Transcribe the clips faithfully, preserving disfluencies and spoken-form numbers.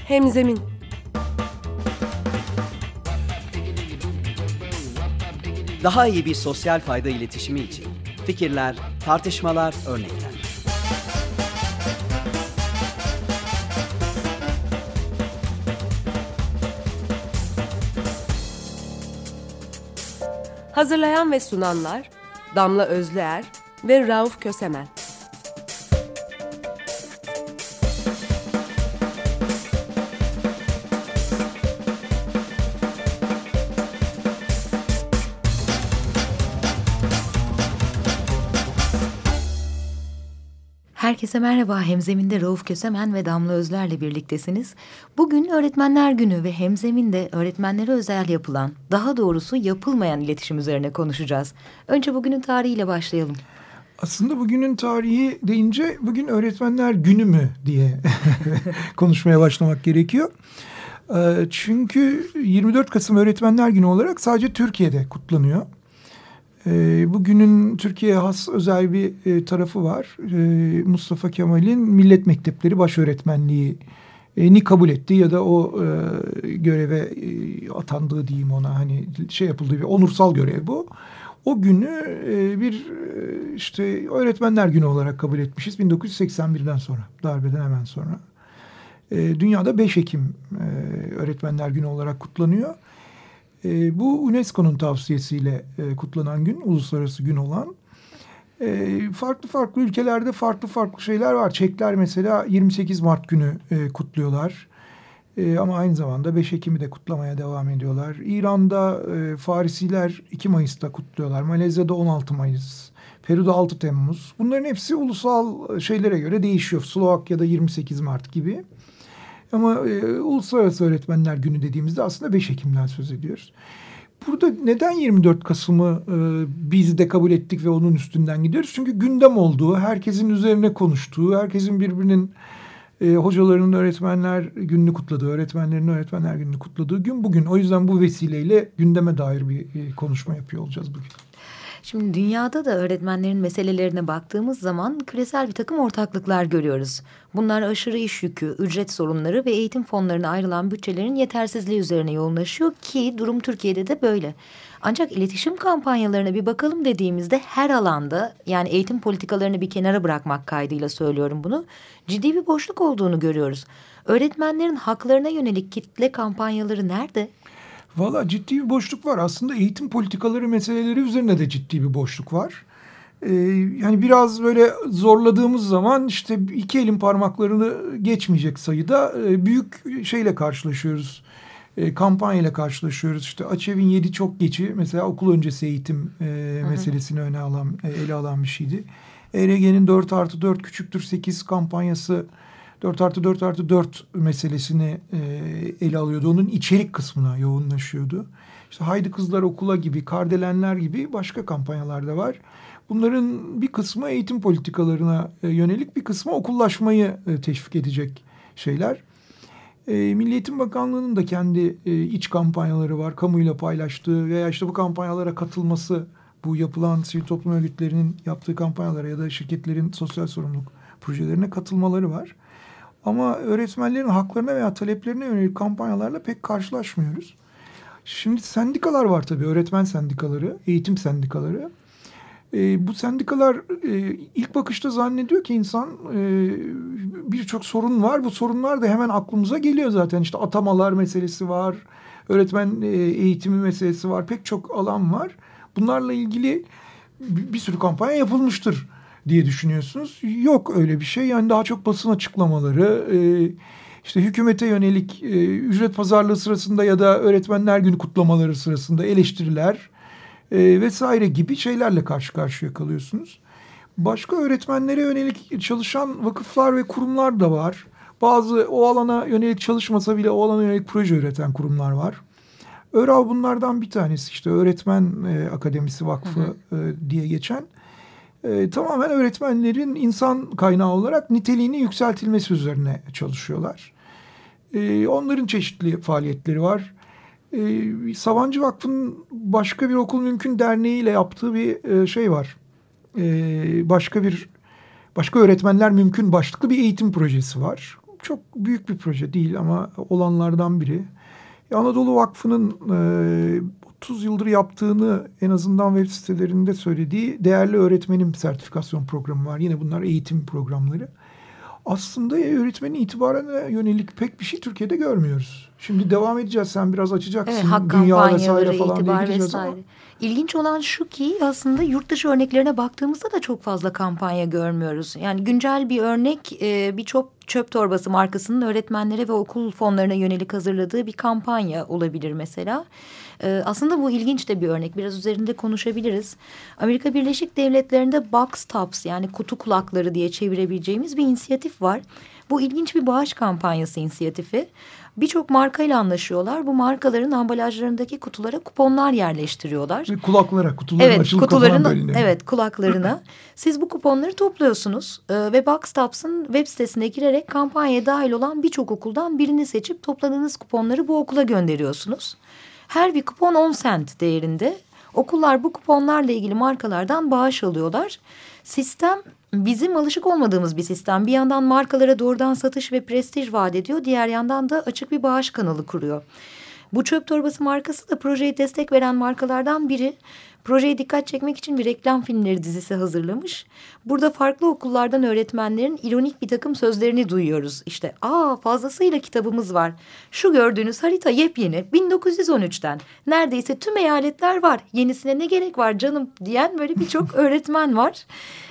Hemzemin. Daha iyi bir sosyal fayda iletişimi için fikirler, tartışmalar, örnekler. Hazırlayan ve sunanlar Damla Özlüer ve Rauf Kösemen. Herkese merhaba. Hemzemin'de Rauf Kösemen ve Damla Özler'le birliktesiniz. Bugün Öğretmenler Günü ve Hemzemin'de öğretmenlere özel yapılan, daha doğrusu yapılmayan iletişim üzerine konuşacağız. Önce bugünün tarihiyle başlayalım. Aslında bugünün tarihi deyince bugün Öğretmenler Günü mü diye konuşmaya başlamak gerekiyor. Çünkü yirmi dört Kasım Öğretmenler Günü olarak sadece Türkiye'de kutlanıyor. Bugünün Türkiye'ye has özel bir e, tarafı var. E, Mustafa Kemal'in millet mektepleri başöğretmenliğini kabul ettiği ya da o e, göreve e, atandığı diyeyim ona, hani şey yapıldığı bir onursal görev bu. O günü e, bir e, işte Öğretmenler Günü olarak kabul etmişiz bin dokuz yüz seksen birden sonra, darbeden hemen sonra. E, dünyada beş Ekim e, Öğretmenler Günü olarak kutlanıyor. E, bu UNESCO'nun tavsiyesiyle e, kutlanan gün, uluslararası gün olan. E, farklı farklı ülkelerde farklı farklı şeyler var. Çekler mesela yirmi sekiz Mart günü e, kutluyorlar. E, ama aynı zamanda beş Ekim'i de kutlamaya devam ediyorlar. İran'da e, Farisiler iki Mayıs'ta kutluyorlar. Malezya'da on altı Mayıs. Peru'da altı Temmuz. Bunların hepsi ulusal şeylere göre değişiyor. Slovakya'da yirmi sekiz Mart gibi. Ama e, Uluslararası Öğretmenler Günü dediğimizde aslında beş Ekim'den söz ediyoruz. Burada neden yirmi dört Kasım'ı e, biz de kabul ettik ve onun üstünden gidiyoruz? Çünkü gündem olduğu, herkesin üzerine konuştuğu, herkesin birbirinin e, hocalarının Öğretmenler Günü'nü kutladığı, öğretmenlerin Öğretmenler Günü'nü kutladığı gün bugün. O yüzden bu vesileyle gündeme dair bir e, konuşma yapıyor olacağız bugün. Şimdi dünyada da öğretmenlerin meselelerine baktığımız zaman küresel bir takım ortaklıklar görüyoruz. Bunlar aşırı iş yükü, ücret sorunları ve eğitim fonlarına ayrılan bütçelerin yetersizliği üzerine yoğunlaşıyor ki durum Türkiye'de de böyle. Ancak iletişim kampanyalarına bir bakalım dediğimizde her alanda, yani eğitim politikalarını bir kenara bırakmak kaydıyla söylüyorum bunu, ciddi bir boşluk olduğunu görüyoruz. Öğretmenlerin haklarına yönelik kitle kampanyaları nerede? Valla ciddi bir boşluk var. Aslında eğitim politikaları meseleleri üzerine de ciddi bir boşluk var. Ee, yani biraz böyle zorladığımız zaman işte iki elin parmaklarını geçmeyecek sayıda e, büyük şeyle karşılaşıyoruz. E, kampanyayla karşılaşıyoruz. İşte Açev'in yedi çok geçi mesela okul öncesi eğitim e, meselesini öne alan, e, ele alan bir şeydi. E R G'nin dört artı dört küçüktür sekiz kampanyası dört artı dört artı dört meselesini e, ele alıyordu. Onun içerik kısmına yoğunlaşıyordu. İşte Haydi Kızlar Okula gibi, Kardelenler gibi başka kampanyalar da var. Bunların bir kısmı eğitim politikalarına e, yönelik, bir kısmı okullaşmayı e, teşvik edecek şeyler. E, Milli Eğitim Bakanlığı'nın da kendi e, iç kampanyaları var. Kamuyla paylaştığı veya işte bu kampanyalara katılması, bu yapılan sivil toplum örgütlerinin yaptığı kampanyalara ya da şirketlerin sosyal sorumluluk projelerine katılmaları var. Ama öğretmenlerin haklarına veya taleplerine yönelik kampanyalarla pek karşılaşmıyoruz. Şimdi sendikalar var tabii, öğretmen sendikaları, eğitim sendikaları. E, bu sendikalar e, ilk bakışta zannediyor ki insan e, birçok sorun var. Bu sorunlar da hemen aklımıza geliyor zaten. İşte atamalar meselesi var, öğretmen e, eğitimi meselesi var, pek çok alan var. Bunlarla ilgili bir, bir sürü kampanya yapılmıştır diye düşünüyorsunuz. Yok öyle bir şey. Yani daha çok basın açıklamaları, e, işte hükümete yönelik e, ücret pazarlığı sırasında ya da Öğretmenler Günü kutlamaları sırasında eleştiriler e, vesaire gibi şeylerle karşı karşıya kalıyorsunuz. Başka öğretmenlere yönelik çalışan vakıflar ve kurumlar da var. Bazı o alana yönelik çalışmasa bile o alana yönelik proje üreten kurumlar var. ÖRAV bunlardan bir tanesi, işte Öğretmen e, Akademisi Vakfı hı hı. E, diye geçen. E, tamamen öğretmenlerin insan kaynağı olarak niteliğini yükseltilmesi üzerine çalışıyorlar. E, onların çeşitli faaliyetleri var. E, Sabancı Vakfı'nın başka bir okul mümkün derneği ile yaptığı bir e, şey var. E, başka bir başka öğretmenler mümkün başlıklı bir eğitim projesi var. çok büyük bir proje değil ama olanlardan biri. Anadolu Vakfı'nın e, otuz yıldır yaptığını en azından web sitelerinde söylediği değerli öğretmenim sertifikasyon programı var. Yine bunlar eğitim programları. Aslında öğretmenin itibarına yönelik pek bir şey Türkiye'de görmüyoruz. Şimdi devam edeceğiz. Sen biraz açacaksın. Evet, hak Dünya kampanyaları, vesaire falan itibar diye vesaire. ama. İlginç olan şu ki aslında yurt dışı örneklerine baktığımızda da çok fazla kampanya görmüyoruz. Yani güncel bir örnek e, birçok çöp torbası markasının öğretmenlere ve okul fonlarına yönelik hazırladığı bir kampanya olabilir mesela. E, aslında bu ilginç de bir örnek. Biraz üzerinde konuşabiliriz. Amerika Birleşik Devletleri'nde Box Tops yani kutu kulakları diye çevirebileceğimiz bir inisiyatif var. Bu ilginç bir bağış kampanyası inisiyatifi. Birçok markayla anlaşıyorlar. Bu markaların ambalajlarındaki kutulara kuponlar yerleştiriyorlar. Ve kulaklara, kutuların evet, açılıp kutuların, kapanan bölümleri. Evet, kulaklarına. Siz bu kuponları topluyorsunuz e, ve Box Tops'ın web sitesine girerek kampanyaya dahil olan birçok okuldan birini seçip topladığınız kuponları bu okula gönderiyorsunuz. Her bir kupon on sent değerinde. Okullar bu kuponlarla ilgili markalardan bağış alıyorlar. Sistem bizim alışık olmadığımız bir sistem. Bir yandan markalara doğrudan satış ve prestij vaat ediyor. Diğer yandan da açık bir bağış kanalı kuruyor. Bu çöp torbası markası da projeye destek veren markalardan biri. Projeye dikkat çekmek için bir reklam filmleri dizisi hazırlamış. Burada farklı okullardan öğretmenlerin ironik bir takım sözlerini duyuyoruz. İşte aa fazlasıyla kitabımız var. Şu gördüğünüz harita yepyeni bin dokuz yüz on üçten. Neredeyse tüm eyaletler var. Yenisine ne gerek var canım diyen böyle birçok öğretmen var.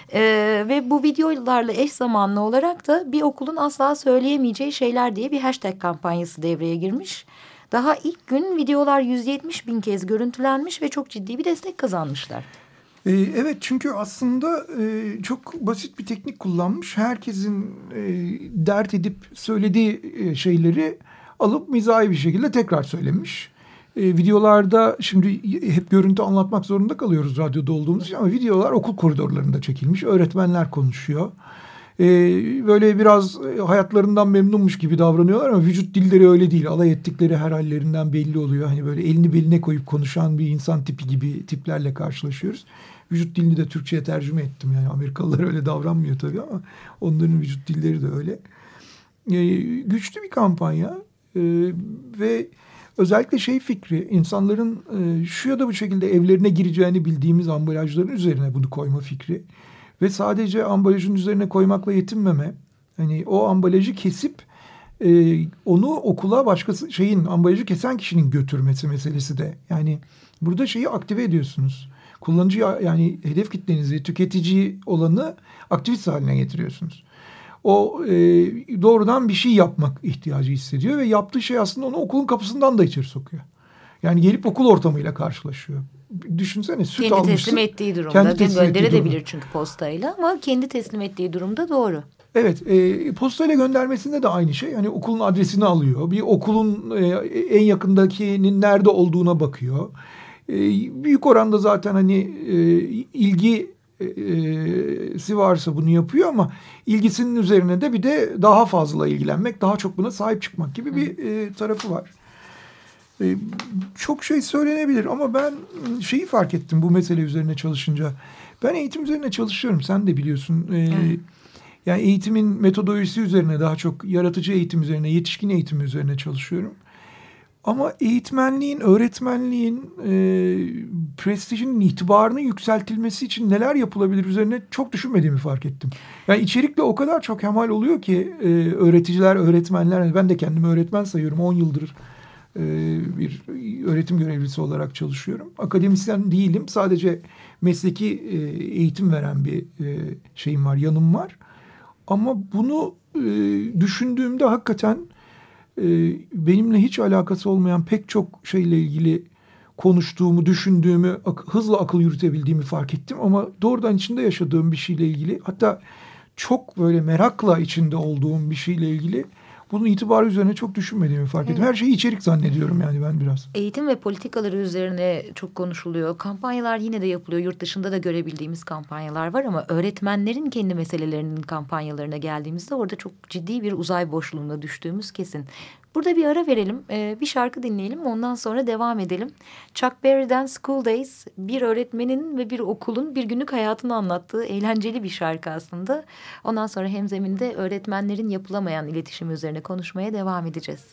Ee, ve bu videolarla eş zamanlı olarak da bir okulun asla söyleyemeyeceği şeyler diye bir hashtag kampanyası devreye girmiş. Daha ilk gün videolar yüz yetmiş bin kez görüntülenmiş ve çok ciddi bir destek kazanmışlar. Ee, evet çünkü aslında e, çok basit bir teknik kullanmış. Herkesin e, dert edip söylediği e, şeyleri alıp mizahi bir şekilde tekrar söylemiş. E, videolarda şimdi hep görüntü anlatmak zorunda kalıyoruz radyoda olduğumuz için ama videolar okul koridorlarında çekilmiş. Öğretmenler konuşuyor. Ee, böyle biraz hayatlarından memnunmuş gibi davranıyorlar ama vücut dilleri öyle değil. Alay ettikleri her hallerinden belli oluyor. Hani böyle elini beline koyup konuşan bir insan tipi gibi tiplerle karşılaşıyoruz. Vücut dilini de Türkçe'ye tercüme ettim. Yani Amerikalılar öyle davranmıyor tabii ama onların vücut dilleri de öyle. Ee, güçlü bir kampanya ee, ve özellikle şey fikri insanların e, şu ya da bu şekilde evlerine gireceğini bildiğimiz ambalajların üzerine bunu koyma fikri. Ve sadece ambalajın üzerine koymakla yetinmeme. Hani o ambalajı kesip e, onu okula başkası şeyin ambalajı kesen kişinin götürmesi meselesi de. Yani burada şeyi aktive ediyorsunuz. Kullanıcı yani hedef kitlenizi tüketici olanı aktivist haline getiriyorsunuz. O e, doğrudan bir şey yapmak ihtiyacı hissediyor ve yaptığı şey aslında onu okulun kapısından da içeri sokuyor. Yani gelip okul ortamıyla karşılaşıyor. Düşünsene süt kendi almışsın. teslim ettiği durumda. Kendi teslim Gönderebilir çünkü postayla ama kendi teslim ettiği durumda doğru. Evet, e, postayla göndermesinde de aynı şey. Hani okulun adresini alıyor. Bir okulun e, en yakındakinin nerede olduğuna bakıyor. E, büyük oranda zaten hani e, ilgisi varsa bunu yapıyor ama ilgisinin üzerine de bir de daha fazla ilgilenmek, daha çok buna sahip çıkmak gibi bir e, tarafı var. E, çok şey söylenebilir ama ben şeyi fark ettim bu mesele üzerine çalışınca. Ben eğitim üzerine çalışıyorum. Sen de biliyorsun. E, evet. Yani eğitimin metodolojisi üzerine daha çok yaratıcı eğitim üzerine, yetişkin eğitim üzerine çalışıyorum. Ama eğitmenliğin, öğretmenliğin e, prestijinin, itibarının yükseltilmesi için neler yapılabilir üzerine çok düşünmediğimi fark ettim. Yani içerikle o kadar çok hemal oluyor ki e, öğreticiler, öğretmenler, ben de kendimi öğretmen sayıyorum. on yıldır e, bir öğretim görevlisi olarak çalışıyorum. Akademisyen değilim, sadece mesleki e, eğitim veren bir e, şeyim var, yanım var. Ama bunu e, düşündüğümde hakikaten e, benimle hiç alakası olmayan pek çok şeyle ilgili konuştuğumu, düşündüğümü, ak- hızla akıl yürütebildiğimi fark ettim. Ama doğrudan içinde yaşadığım bir şeyle ilgili, hatta çok böyle merakla içinde olduğum bir şeyle ilgili bunun itibarı üzerine çok düşünmediğimi fark ettim. Evet. Her şeyi içerik zannediyorum yani ben biraz. Eğitim ve politikaları üzerine çok konuşuluyor. Kampanyalar yine de yapılıyor. Yurt dışında da görebildiğimiz kampanyalar var ama öğretmenlerin kendi meselelerinin kampanyalarına geldiğimizde orada çok ciddi bir uzay boşluğuna düştüğümüz kesin. Burada bir ara verelim, e, bir şarkı dinleyelim, ondan sonra devam edelim. Chuck Berry'den School Days, bir öğretmenin ve bir okulun bir günlük hayatını anlattığı eğlenceli bir şarkı aslında. Ondan sonra hemzeminde öğretmenlerin yapılamayan iletişimi üzerine konuşmaya devam edeceğiz.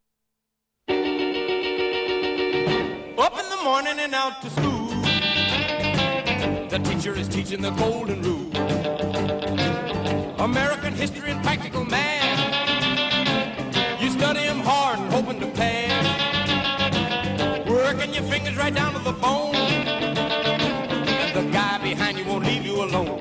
Up in the morning and out to school. The teacher is teaching the golden rule. American history and practical math. You study them hard and hoping to pass. Working your fingers right down to the bone. And the guy behind you won't leave you alone.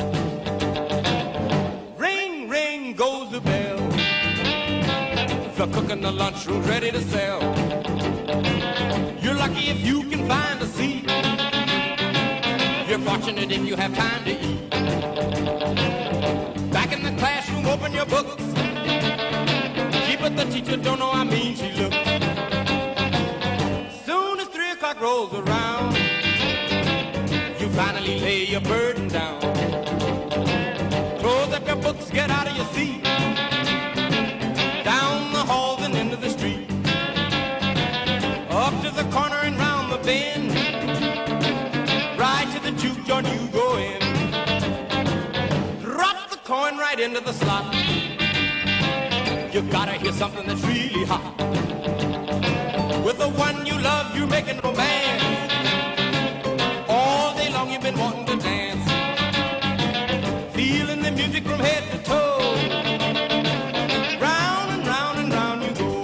Ring, ring goes the bell. The cook in the lunchroom's ready to sell. You're lucky if you can find a seat. You're fortunate if you have time to eat. Back in the classroom, open your books. Gee, but the teacher don't know how mean she looks. Soon as three o'clock rolls around, you finally lay your burden down. Close up your books, get out of your seat. Down the halls and into the street. Up to the corner and round the bend. Right to the juke joint you go in. Drop the coin right into the slot. You gotta hear something that's really hot. With the one you love, you're making romance. All day long you've been wanting to dance. Feeling the music from head to toe. Round and round and round you go.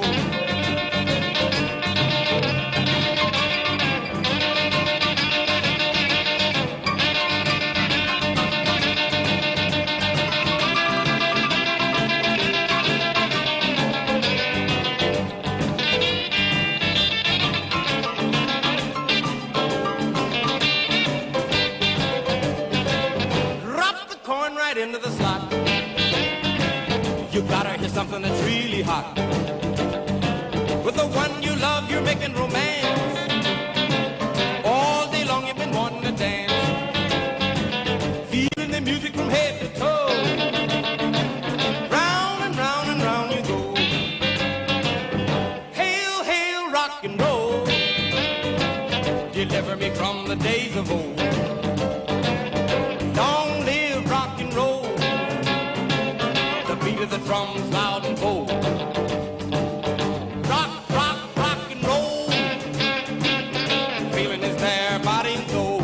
Into the slot. You gotta hear something that's really hot. With the one you love, you're making romance. All day long you've been wanting to dance. Feeling the music from head to toe. Round and round and round you go. Hail, hail, rock and roll. Deliver me from the days of old. The drums loud and bold. Rock, rock, rock and roll. Feeling is there, body and soul.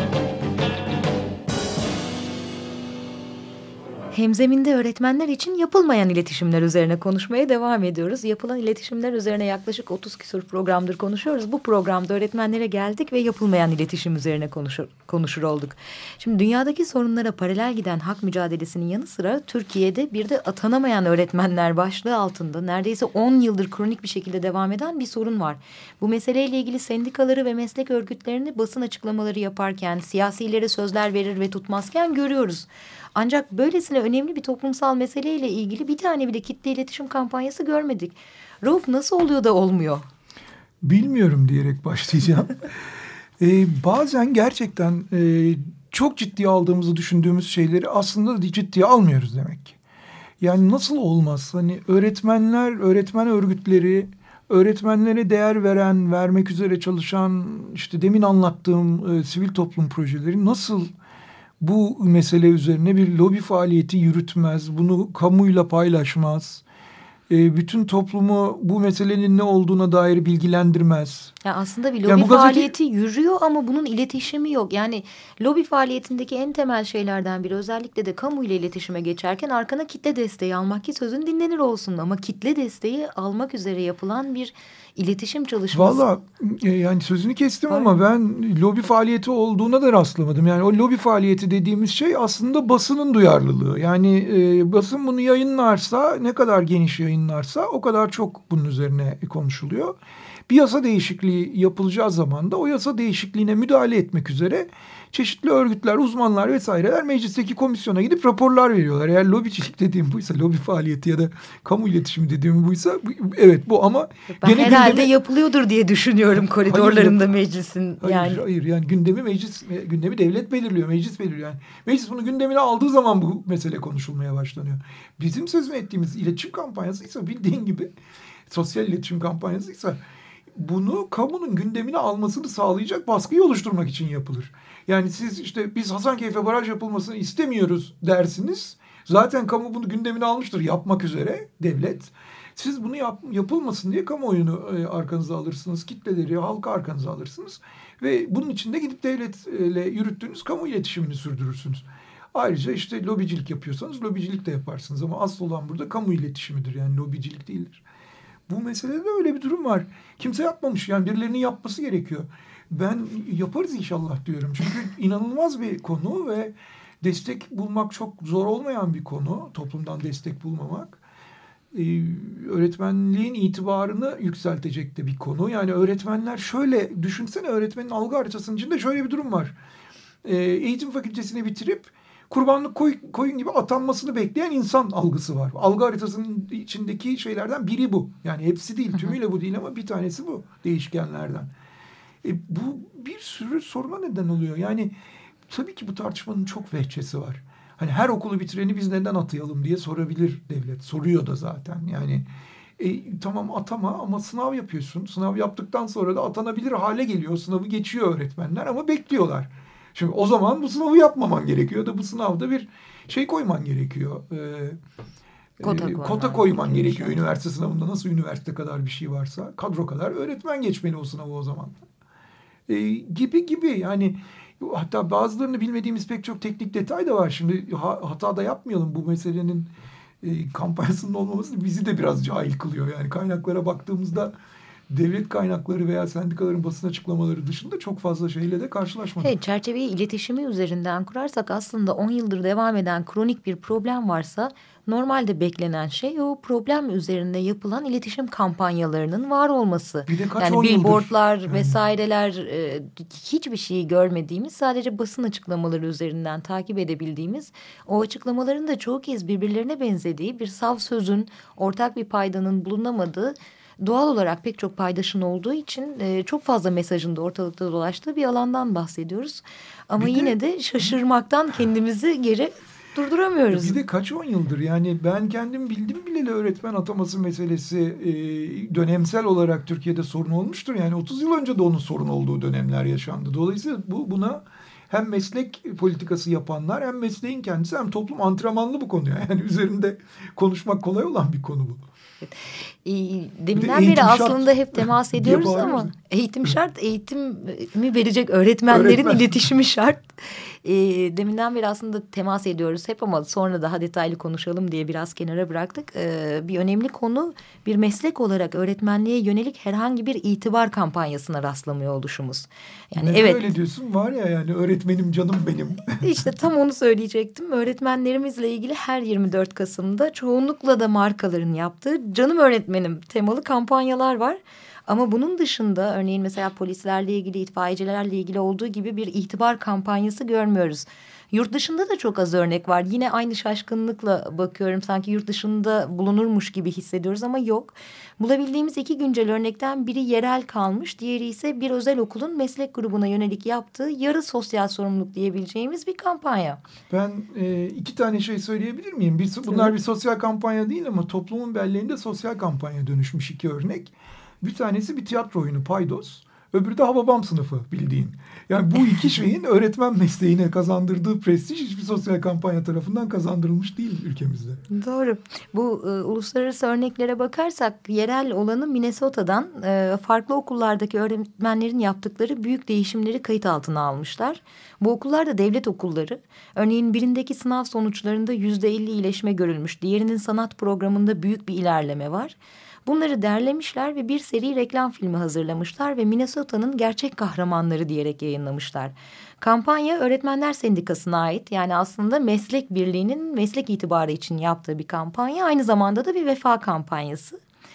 Hemzeminde öğretmenler için yapılmayan iletişimler üzerine konuşmaya devam ediyoruz. Yapılan iletişimler üzerine yaklaşık otuz küsur programdır konuşuyoruz. Bu programda öğretmenlere geldik ve yapılmayan iletişim üzerine konuşur, konuşur olduk. Şimdi dünyadaki sorunlara paralel giden hak mücadelesinin yanı sıra Türkiye'de bir de atanamayan öğretmenler başlığı altında neredeyse on yıldır kronik bir şekilde devam eden bir sorun var. Bu meseleyle ilgili sendikaları ve meslek örgütlerini basın açıklamaları yaparken, siyasilere sözler verir ve tutmazken görüyoruz. Ancak böylesine önemli bir toplumsal meseleyle ilgili bir tane bile kitle iletişim kampanyası görmedik. Rauf, nasıl oluyor da olmuyor? Bilmiyorum diyerek başlayacağım. ee, bazen gerçekten e, çok ciddiye aldığımızı düşündüğümüz şeyleri aslında ciddiye almıyoruz demek. Yani nasıl olmaz? Hani öğretmenler, öğretmen örgütleri, öğretmenlere değer veren, vermek üzere çalışan, işte demin anlattığım e, sivil toplum projeleri nasıl bu mesele üzerine bir lobi faaliyeti yürütmez, bunu kamuyla paylaşmaz, e, bütün toplumu bu meselenin ne olduğuna dair bilgilendirmez. Ya aslında bir lobi yani gazete... faaliyeti yürüyor ama bunun iletişimi yok. Yani lobi faaliyetindeki en temel şeylerden biri, özellikle de kamuyla iletişime geçerken arkana kitle desteği almak ki sözün dinlenir olsun. Ama kitle desteği almak üzere yapılan bir iletişim çalışması. Valla yani sözünü kestim Aynen. ama ben lobi faaliyeti olduğuna da rastlamadım. Yani o lobi faaliyeti dediğimiz şey aslında basının duyarlılığı. Yani e, basın bunu yayınlarsa, ne kadar geniş yayınlarsa o kadar çok bunun üzerine konuşuluyor. Bir yasa değişikliği yapılacağı zaman da o yasa değişikliğine müdahale etmek üzere çeşitli örgütler, uzmanlar vesaireler meclisteki komisyona gidip raporlar veriyorlar. Eğer lobicilik dediğim buysa, lobi faaliyeti ya da kamu iletişimi dediğim buysa evet bu ama ben gene herhalde gündemi, yapılıyordur diye düşünüyorum koridorlarında hayır, meclisin. Hayır, yani. hayır yani gündemi meclis gündemi devlet belirliyor, meclis belirliyor. Yani meclis bunu gündemine aldığı zaman bu mesele konuşulmaya başlanıyor. Bizim sözünü ettiğimiz iletişim kampanyasıysa bildiğin gibi sosyal iletişim kampanyasıysa bunu kamunun gündemine almasını sağlayacak baskıyı oluşturmak için yapılır. Yani siz işte biz Hasankeyf'e baraj yapılmasını istemiyoruz dersiniz. Zaten kamu bunu gündemine almıştır yapmak üzere devlet. Siz bunu yap, yapılmasın diye kamuoyunu e, arkanıza alırsınız. Kitleleri, halka arkanıza alırsınız. Ve bunun için de gidip devletle yürüttüğünüz kamu iletişimini sürdürürsünüz. Ayrıca işte lobicilik yapıyorsanız lobicilik de yaparsınız. Ama asıl olan burada kamu iletişimidir. Yani lobicilik değildir. Bu meselede öyle bir durum var. Kimse yapmamış. Yani birilerinin yapması gerekiyor. Ben yaparız inşallah diyorum. Çünkü inanılmaz bir konu ve destek bulmak çok zor olmayan bir konu. Toplumdan destek bulmamak. Ee, öğretmenliğin itibarını yükseltecek de bir konu. Yani öğretmenler şöyle düşünsene, öğretmenin algı haritasının içinde şöyle bir durum var. Ee, eğitim fakültesini bitirip kurbanlık koy, koyun gibi atanmasını bekleyen insan algısı var. Algı haritasının içindeki şeylerden biri bu. Yani hepsi değil, tümüyle bu değil ama bir tanesi bu değişkenlerden. E, bu bir sürü soruna neden oluyor. Yani tabii ki bu tartışmanın çok vehçesi var. Hani her okulu bitireni biz neden atayalım diye sorabilir devlet. Soruyor da zaten. Yani e, tamam atama ama sınav yapıyorsun. Sınav yaptıktan sonra da atanabilir hale geliyor. Sınavı geçiyor öğretmenler ama bekliyorlar. Şimdi o zaman bu sınavı yapmaman gerekiyor da bu sınavda bir şey koyman gerekiyor. Ee, Kota, e, kota koyman gerekiyor. Üniversite sınavında nasıl üniversite kadar bir şey varsa kadro kadar öğretmen geçmeli o sınavı o zaman. Ee, gibi gibi yani hatta bazılarını bilmediğimiz pek çok teknik detay da var. Şimdi ha, hata da yapmayalım, bu meselenin e, kampanyasının olmaması bizi de biraz cahil kılıyor. Yani kaynaklara baktığımızda devlet kaynakları veya sendikaların basın açıklamaları dışında çok fazla şeyle de karşılaşmadık. Evet, çerçeveyi iletişimi üzerinden kurarsak aslında on yıldır devam eden kronik bir problem varsa normalde beklenen şey o problem üzerinde yapılan iletişim kampanyalarının var olması. Bir de kaç yani on billboardlar yıldır. vesaireler e, hiçbir şeyi görmediğimiz, sadece basın açıklamaları üzerinden takip edebildiğimiz, o açıklamaların da çoğu kez birbirlerine benzediği, bir saf sözün, ortak bir paydanın bulunamadığı, doğal olarak pek çok paydaşın olduğu için e, çok fazla mesajın da ortalıkta dolaştığı bir alandan bahsediyoruz. Ama bir yine de, de şaşırmaktan kendimizi geri durduramıyoruz. Bir de kaç on yıldır yani ben kendim bildim bileli öğretmen ataması meselesi e, dönemsel olarak Türkiye'de sorun olmuştur. Yani otuz yıl önce de onun sorun olduğu dönemler yaşandı. Dolayısıyla bu buna hem meslek politikası yapanlar hem mesleğin kendisi hem toplum antrenmanlı bu konuya. Yani üzerinde konuşmak kolay olan bir konu bu. E, deminden beri aslında hep temas ediyoruz ama eğitim şart, eğitimi verecek öğretmenlerin Öğretmen. iletişimi şart. E, deminden beri aslında temas ediyoruz hep ama sonra daha detaylı konuşalım diye biraz kenara bıraktık. E, bir önemli konu, bir meslek olarak öğretmenliğe yönelik herhangi bir itibar kampanyasına rastlamıyor oluşumuz. Yani evet. Öyle diyorsun, var ya yani öğretmenim canım benim. İşte tam onu söyleyecektim. Öğretmenlerimizle ilgili her yirmi dört Kasım'da çoğunlukla da markaların yaptığı canım öğretmenim temalı kampanyalar var. Ama bunun dışında örneğin mesela polislerle ilgili, itfaiyecilerle ilgili olduğu gibi bir itibar kampanyası görmüyoruz. Yurt dışında da çok az örnek var. Yine aynı şaşkınlıkla bakıyorum. Sanki yurt dışında bulunurmuş gibi hissediyoruz ama yok. Bulabildiğimiz iki güncel örnekten biri yerel kalmış. Diğeri ise bir özel okulun meslek grubuna yönelik yaptığı yarı sosyal sorumluluk diyebileceğimiz bir kampanya. Ben e, iki tane şey söyleyebilir miyim? Bir, bunlar bir sosyal kampanya değil ama toplumun belleğinde sosyal kampanya dönüşmüş iki örnek. Bir tanesi bir tiyatro oyunu Paydos. Öbürü de Hababam sınıfı bildiğin. Yani bu iki şeyin öğretmen mesleğine kazandırdığı prestij hiçbir sosyal kampanya tarafından kazandırılmış değil ülkemizde. Doğru. Bu e, uluslararası örneklere bakarsak yerel olanı Minnesota'dan e, farklı okullardaki öğretmenlerin yaptıkları büyük değişimleri kayıt altına almışlar. Bu okullar da devlet okulları. Örneğin birindeki sınav sonuçlarında yüzde elli iyileşme görülmüş. Diğerinin sanat programında büyük bir ilerleme var. Bunları derlemişler ve bir seri reklam filmi hazırlamışlar ve Minnesota'nın gerçek kahramanları diyerek yayınlamışlar. Kampanya Öğretmenler Sendikası'na ait, yani aslında meslek birliğinin meslek itibarı için yaptığı bir kampanya, aynı zamanda da bir vefa kampanyası.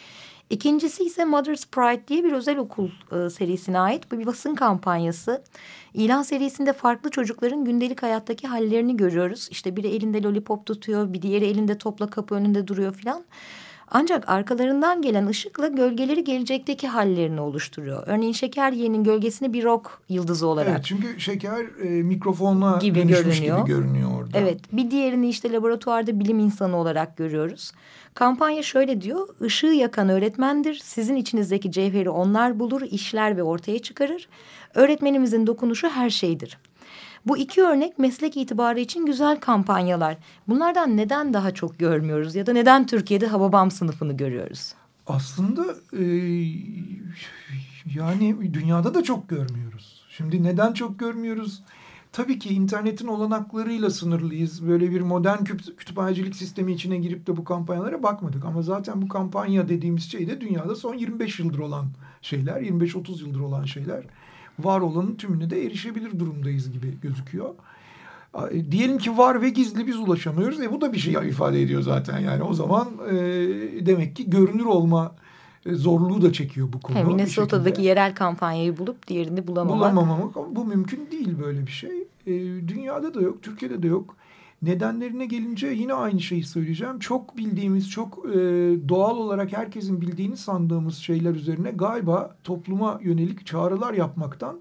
İkincisi ise Mother's Pride diye bir özel okul e, serisine ait bir basın kampanyası. İlan serisinde farklı çocukların gündelik hayattaki hallerini görüyoruz. İşte biri elinde lollipop tutuyor, bir diğeri elinde topla kapı önünde duruyor filan. Ancak arkalarından gelen ışıkla gölgeleri gelecekteki hallerini oluşturuyor. Örneğin Şeker Yiyen'in gölgesini bir rock yıldızı olarak. Evet, çünkü Şeker e, mikrofonla gibi dönüşmüş görünüyor. gibi görünüyor orada. Evet, bir diğerini işte laboratuvarda bilim insanı olarak görüyoruz. Kampanya şöyle diyor: ışığı yakan öğretmendir. Sizin içinizdeki cevheri onlar bulur, işler ve ortaya çıkarır. Öğretmenimizin dokunuşu her şeydir. Bu iki örnek meslek itibarı için güzel kampanyalar. Bunlardan neden daha çok görmüyoruz ya da neden Türkiye'de Hababam sınıfını görüyoruz? Aslında e, yani dünyada da çok görmüyoruz. Şimdi neden çok görmüyoruz? Tabii ki internetin olanaklarıyla sınırlıyız. Böyle bir modern kütüphanecilik sistemi içine girip de bu kampanyalara bakmadık. Ama zaten bu kampanya dediğimiz şey de dünyada son yirmi beş yıldır olan şeyler, yirmi beş otuz yıldır olan şeyler. Var olanın tümüne de erişebilir durumdayız gibi gözüküyor. Diyelim ki var ve gizli, biz ulaşamıyoruz. E bu da bir şey ifade ediyor zaten. Yani o zaman e, demek ki görünür olma zorluğu da çekiyor bu konu. Hem Minnesota'daki yerel kampanyayı bulup diğerini bulamamak. Bulamamak. Bu mümkün değil, böyle bir şey. E, dünyada da yok, Türkiye'de de yok. Nedenlerine gelince yine aynı şeyi söyleyeceğim. Çok bildiğimiz, çok e, doğal olarak herkesin bildiğini sandığımız şeyler üzerine galiba topluma yönelik çağrılar yapmaktan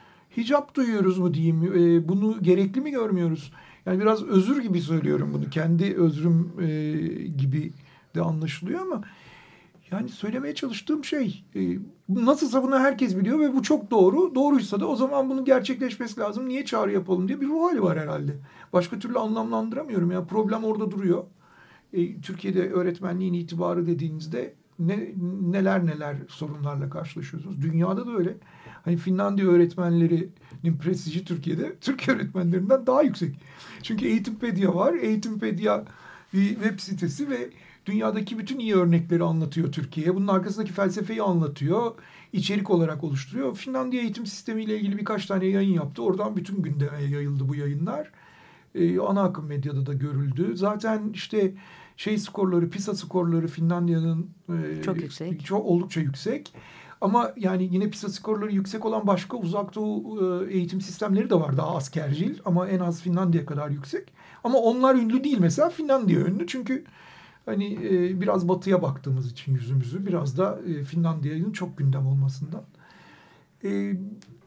hicap duyuyoruz mu diyeyim. E, bunu gerekli mi görmüyoruz? Yani biraz özür gibi söylüyorum bunu. Kendi özrüm e, gibi de anlaşılıyor ama yani söylemeye çalıştığım şey e, nasılsa bunu herkes biliyor ve bu çok doğru. Doğruysa da o zaman bunun gerçekleşmesi lazım. Niye çağrı yapalım diye bir ruh hali var herhalde. Başka türlü anlamlandıramıyorum. Yani problem orada duruyor. E, Türkiye'de öğretmenliğin itibarı dediğinizde ne, neler neler sorunlarla karşılaşıyorsunuz. Dünyada da öyle. Hani Finlandiya öğretmenlerinin prestiji Türkiye'de Türkiye öğretmenlerinden daha yüksek. Çünkü Eğitimpedia var. Eğitimpedia bir web sitesi ve dünyadaki bütün iyi örnekleri anlatıyor Türkiye'ye. Bunun arkasındaki felsefeyi anlatıyor. İçerik olarak oluşturuyor. Finlandiya eğitim sistemiyle ilgili birkaç tane yayın yaptı. Oradan bütün gündeme yayıldı bu yayınlar. Ee, ana akım medyada da görüldü. Zaten işte şey skorları, PISA skorları Finlandiya'nın e, çok yüksek. Çok oldukça yüksek. Ama yani yine PISA skorları yüksek olan başka uzak doğu e, eğitim sistemleri de var. Daha askercil ama en az Finlandiya kadar yüksek. Ama onlar ünlü değil mesela. Finlandiya ünlü çünkü hani e, biraz batıya baktığımız için yüzümüzü, biraz da e, Finlandiya'nın çok gündem olmasından. E,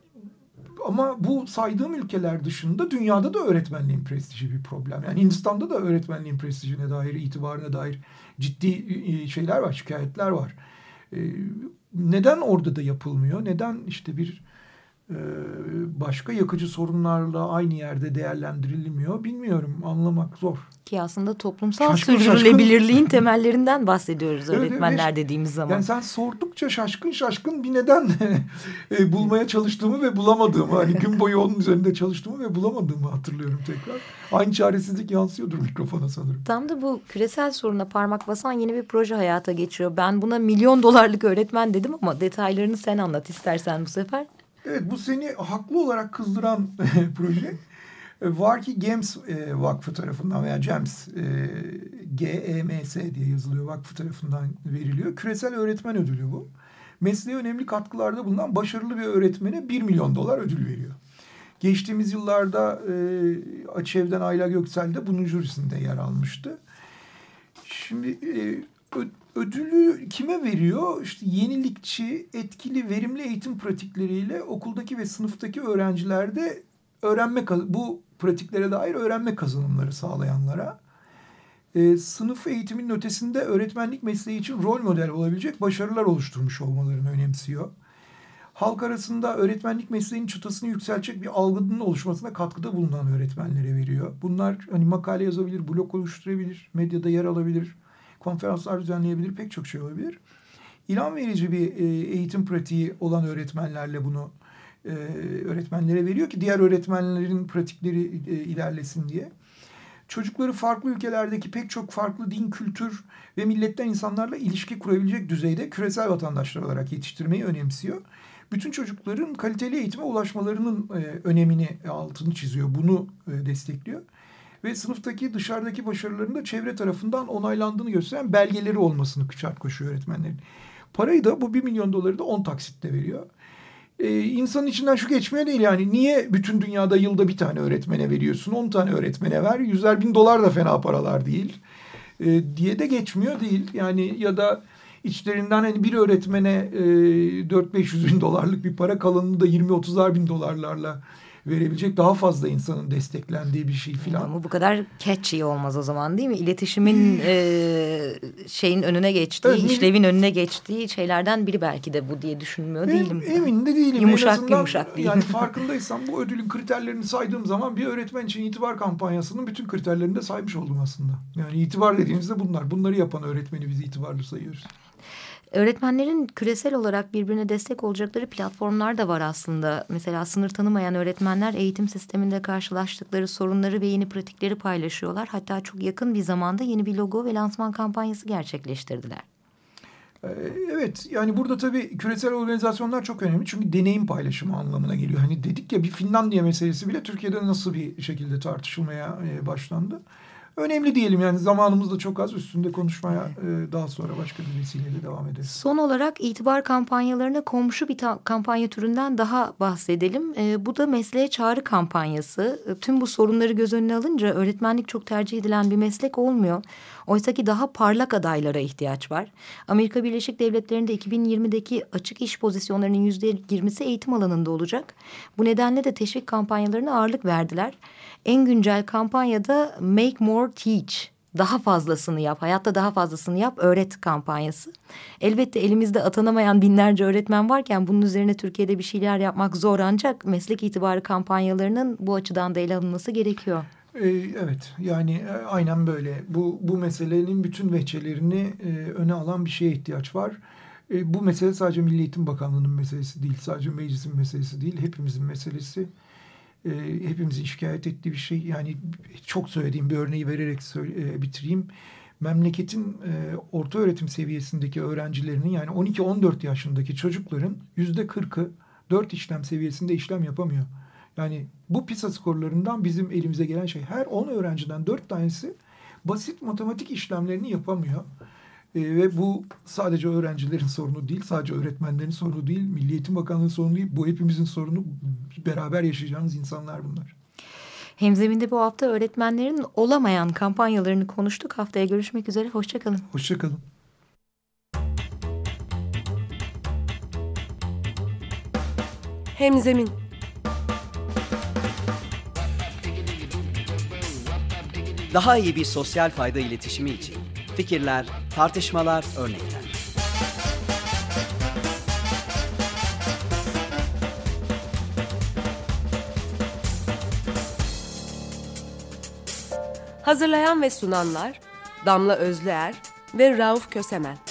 ama bu saydığım ülkeler dışında dünyada da öğretmenliğin prestiji bir problem. Yani Hindistan'da da öğretmenliğin prestijine dair, itibarına dair ciddi e, şeyler var, şikayetler var. E, neden orada da yapılmıyor? Neden işte bir e, başka yakıcı sorunlarla aynı yerde değerlendirilmiyor? Bilmiyorum, anlamak zor. Ki aslında toplumsal Şaşkın, sürdürülebilirliğin şaşkın. temellerinden bahsediyoruz Evet, öğretmenler evet. dediğimiz zaman. Yani sen sordukça şaşkın şaşkın bir neden e, bulmaya çalıştığımı ve bulamadığımı, hani gün boyu onun üzerinde çalıştığımı ve bulamadığımı hatırlıyorum tekrar. Aynı çaresizlik yansıyordur mikrofona sanırım. Tam da bu küresel soruna parmak basan yeni bir proje hayata geçiyor. Ben buna milyon dolarlık öğretmen dedim ama detaylarını sen anlat istersen bu sefer. Evet, bu seni haklı olarak kızdıran proje. Var ki Gems e, Vakfı tarafından veya Gems e, G E M S diye yazılıyor, vakfı tarafından veriliyor. Küresel öğretmen ödülü bu. Mesleğe önemli katkılarda bulunan başarılı bir öğretmene bir milyon dolar ödül veriyor. Geçtiğimiz yıllarda e, Açev'den Ayla Göksel de bunun jürisinde yer almıştı. Şimdi e, ödülü kime veriyor? İşte yenilikçi, etkili, verimli eğitim pratikleriyle okuldaki ve sınıftaki öğrencilerde öğrenme, bu pratiklere dair öğrenme kazanımları sağlayanlara, e, sınıf eğitiminin ötesinde öğretmenlik mesleği için rol model olabilecek başarılar oluşturmuş olmalarını önemsiyor. Halk arasında öğretmenlik mesleğinin çıtasını yükseltecek bir algının oluşmasına katkıda bulunan öğretmenlere veriyor. Bunlar hani makale yazabilir, blog oluşturabilir, medyada yer alabilir, konferanslar düzenleyebilir, pek çok şey olabilir. İlham verici bir e, eğitim pratiği olan öğretmenlerle bunu e, öğretmenlere veriyor ki diğer öğretmenlerin pratikleri e, ilerlesin diye. Çocukları farklı ülkelerdeki pek çok farklı din, kültür ve milletten insanlarla ilişki kurabilecek düzeyde küresel vatandaşlar olarak yetiştirmeyi önemsiyor. Bütün çocukların kaliteli eğitime ulaşmalarının e, önemini, altını çiziyor. Bunu e, destekliyor. Ve sınıftaki dışarıdaki başarılarının da çevre tarafından onaylandığını gösteren belgeleri olmasını şart koşuyor öğretmenlerin. Parayı da bu bir milyon doları da on taksitle veriyor. Ee, insanın içinden şu geçmiyor değil yani. Niye bütün dünyada yılda bir tane öğretmene veriyorsun? on tane öğretmene ver. Yüzer bin dolar da fena paralar değil. Ee, diye de geçmiyor değil. Yani ya da içlerinden hani bir öğretmene e, dört beş yüz bin dolarlık bir para, kalanını da yirmi otuzar bin dolarlarla verebilecek daha fazla insanın desteklendiği bir şey filan. Ama bu kadar catchy olmaz o zaman, değil mi? İletişimin e, şeyin önüne geçtiği, evet, işlevin önüne geçtiği şeylerden biri belki de bu diye düşünmüyor değilim. Emin de değilim. Yumuşak azından, yumuşak değil. Yani farkındaysan bu ödülün kriterlerini saydığım zaman bir öğretmen için itibar kampanyasının bütün kriterlerini de saymış oldum aslında. Yani itibar dediğimizde bunlar. Bunları yapan öğretmeni biz itibarlı sayıyoruz. Öğretmenlerin küresel olarak birbirine destek olacakları platformlar da var aslında. Mesela sınır tanımayan öğretmenler eğitim sisteminde karşılaştıkları sorunları ve yeni pratikleri paylaşıyorlar. Hatta çok yakın bir zamanda yeni bir logo ve lansman kampanyası gerçekleştirdiler. Evet, yani burada tabii küresel organizasyonlar çok önemli. Çünkü deneyim paylaşımı anlamına geliyor. Hani dedik ya, bir Finlandiya meselesi bile Türkiye'de nasıl bir şekilde tartışılmaya başlandı. Önemli diyelim, yani zamanımız da çok az, üstünde konuşmaya e, daha sonra başka bir vesileyle devam ederiz. Son olarak itibar kampanyalarına komşu bir kampanya türünden daha bahsedelim. E, bu da mesleğe çağrı kampanyası. E, tüm bu sorunları göz önüne alınca öğretmenlik çok tercih edilen bir meslek olmuyor. Oysa ki daha parlak adaylara ihtiyaç var. Amerika Birleşik Devletleri'nde iki bin yirmideki açık iş pozisyonlarının yüzde yirmisi eğitim alanında olacak. Bu nedenle de teşvik kampanyalarına ağırlık verdiler. En güncel kampanyada Make More Teach, daha fazlasını yap, hayatta daha fazlasını yap, öğret kampanyası. Elbette elimizde atanamayan binlerce öğretmen varken bunun üzerine Türkiye'de bir şeyler yapmak zor, ancak meslek itibarı kampanyalarının bu açıdan da ele alınması gerekiyor. Ee, evet, yani aynen böyle. Bu, bu meselenin bütün veçelerini e, öne alan bir şeye ihtiyaç var. E, bu mesele sadece Milli Eğitim Bakanlığı'nın meselesi değil, sadece meclisin meselesi değil, hepimizin meselesi. E, hepimizin şikayet ettiği bir şey. Yani çok söylediğim bir örneği vererek söyle, e, bitireyim. Memleketin e, orta öğretim seviyesindeki öğrencilerinin, yani on iki on dört yaşındaki çocukların yüzde kırkı dört işlem seviyesinde işlem yapamıyor. Yani bu PISA skorlarından bizim elimize gelen şey, her on öğrenciden dört tanesi basit matematik işlemlerini yapamıyor. E, ve bu sadece öğrencilerin sorunu değil, sadece öğretmenlerin sorunu değil, Milli Eğitim Bakanlığı'nın sorunu değil. Bu hepimizin sorunu, beraber yaşayacağımız insanlar bunlar. Hemzemin'de bu hafta öğretmenlerin olamayan kampanyalarını konuştuk. Haftaya görüşmek üzere, hoşçakalın. Hoşçakalın. Hemzemin. Daha iyi bir sosyal fayda iletişimi için fikirler, tartışmalar, örnekler. Hazırlayan ve sunanlar Damla Özlüer ve Rauf Kösemen.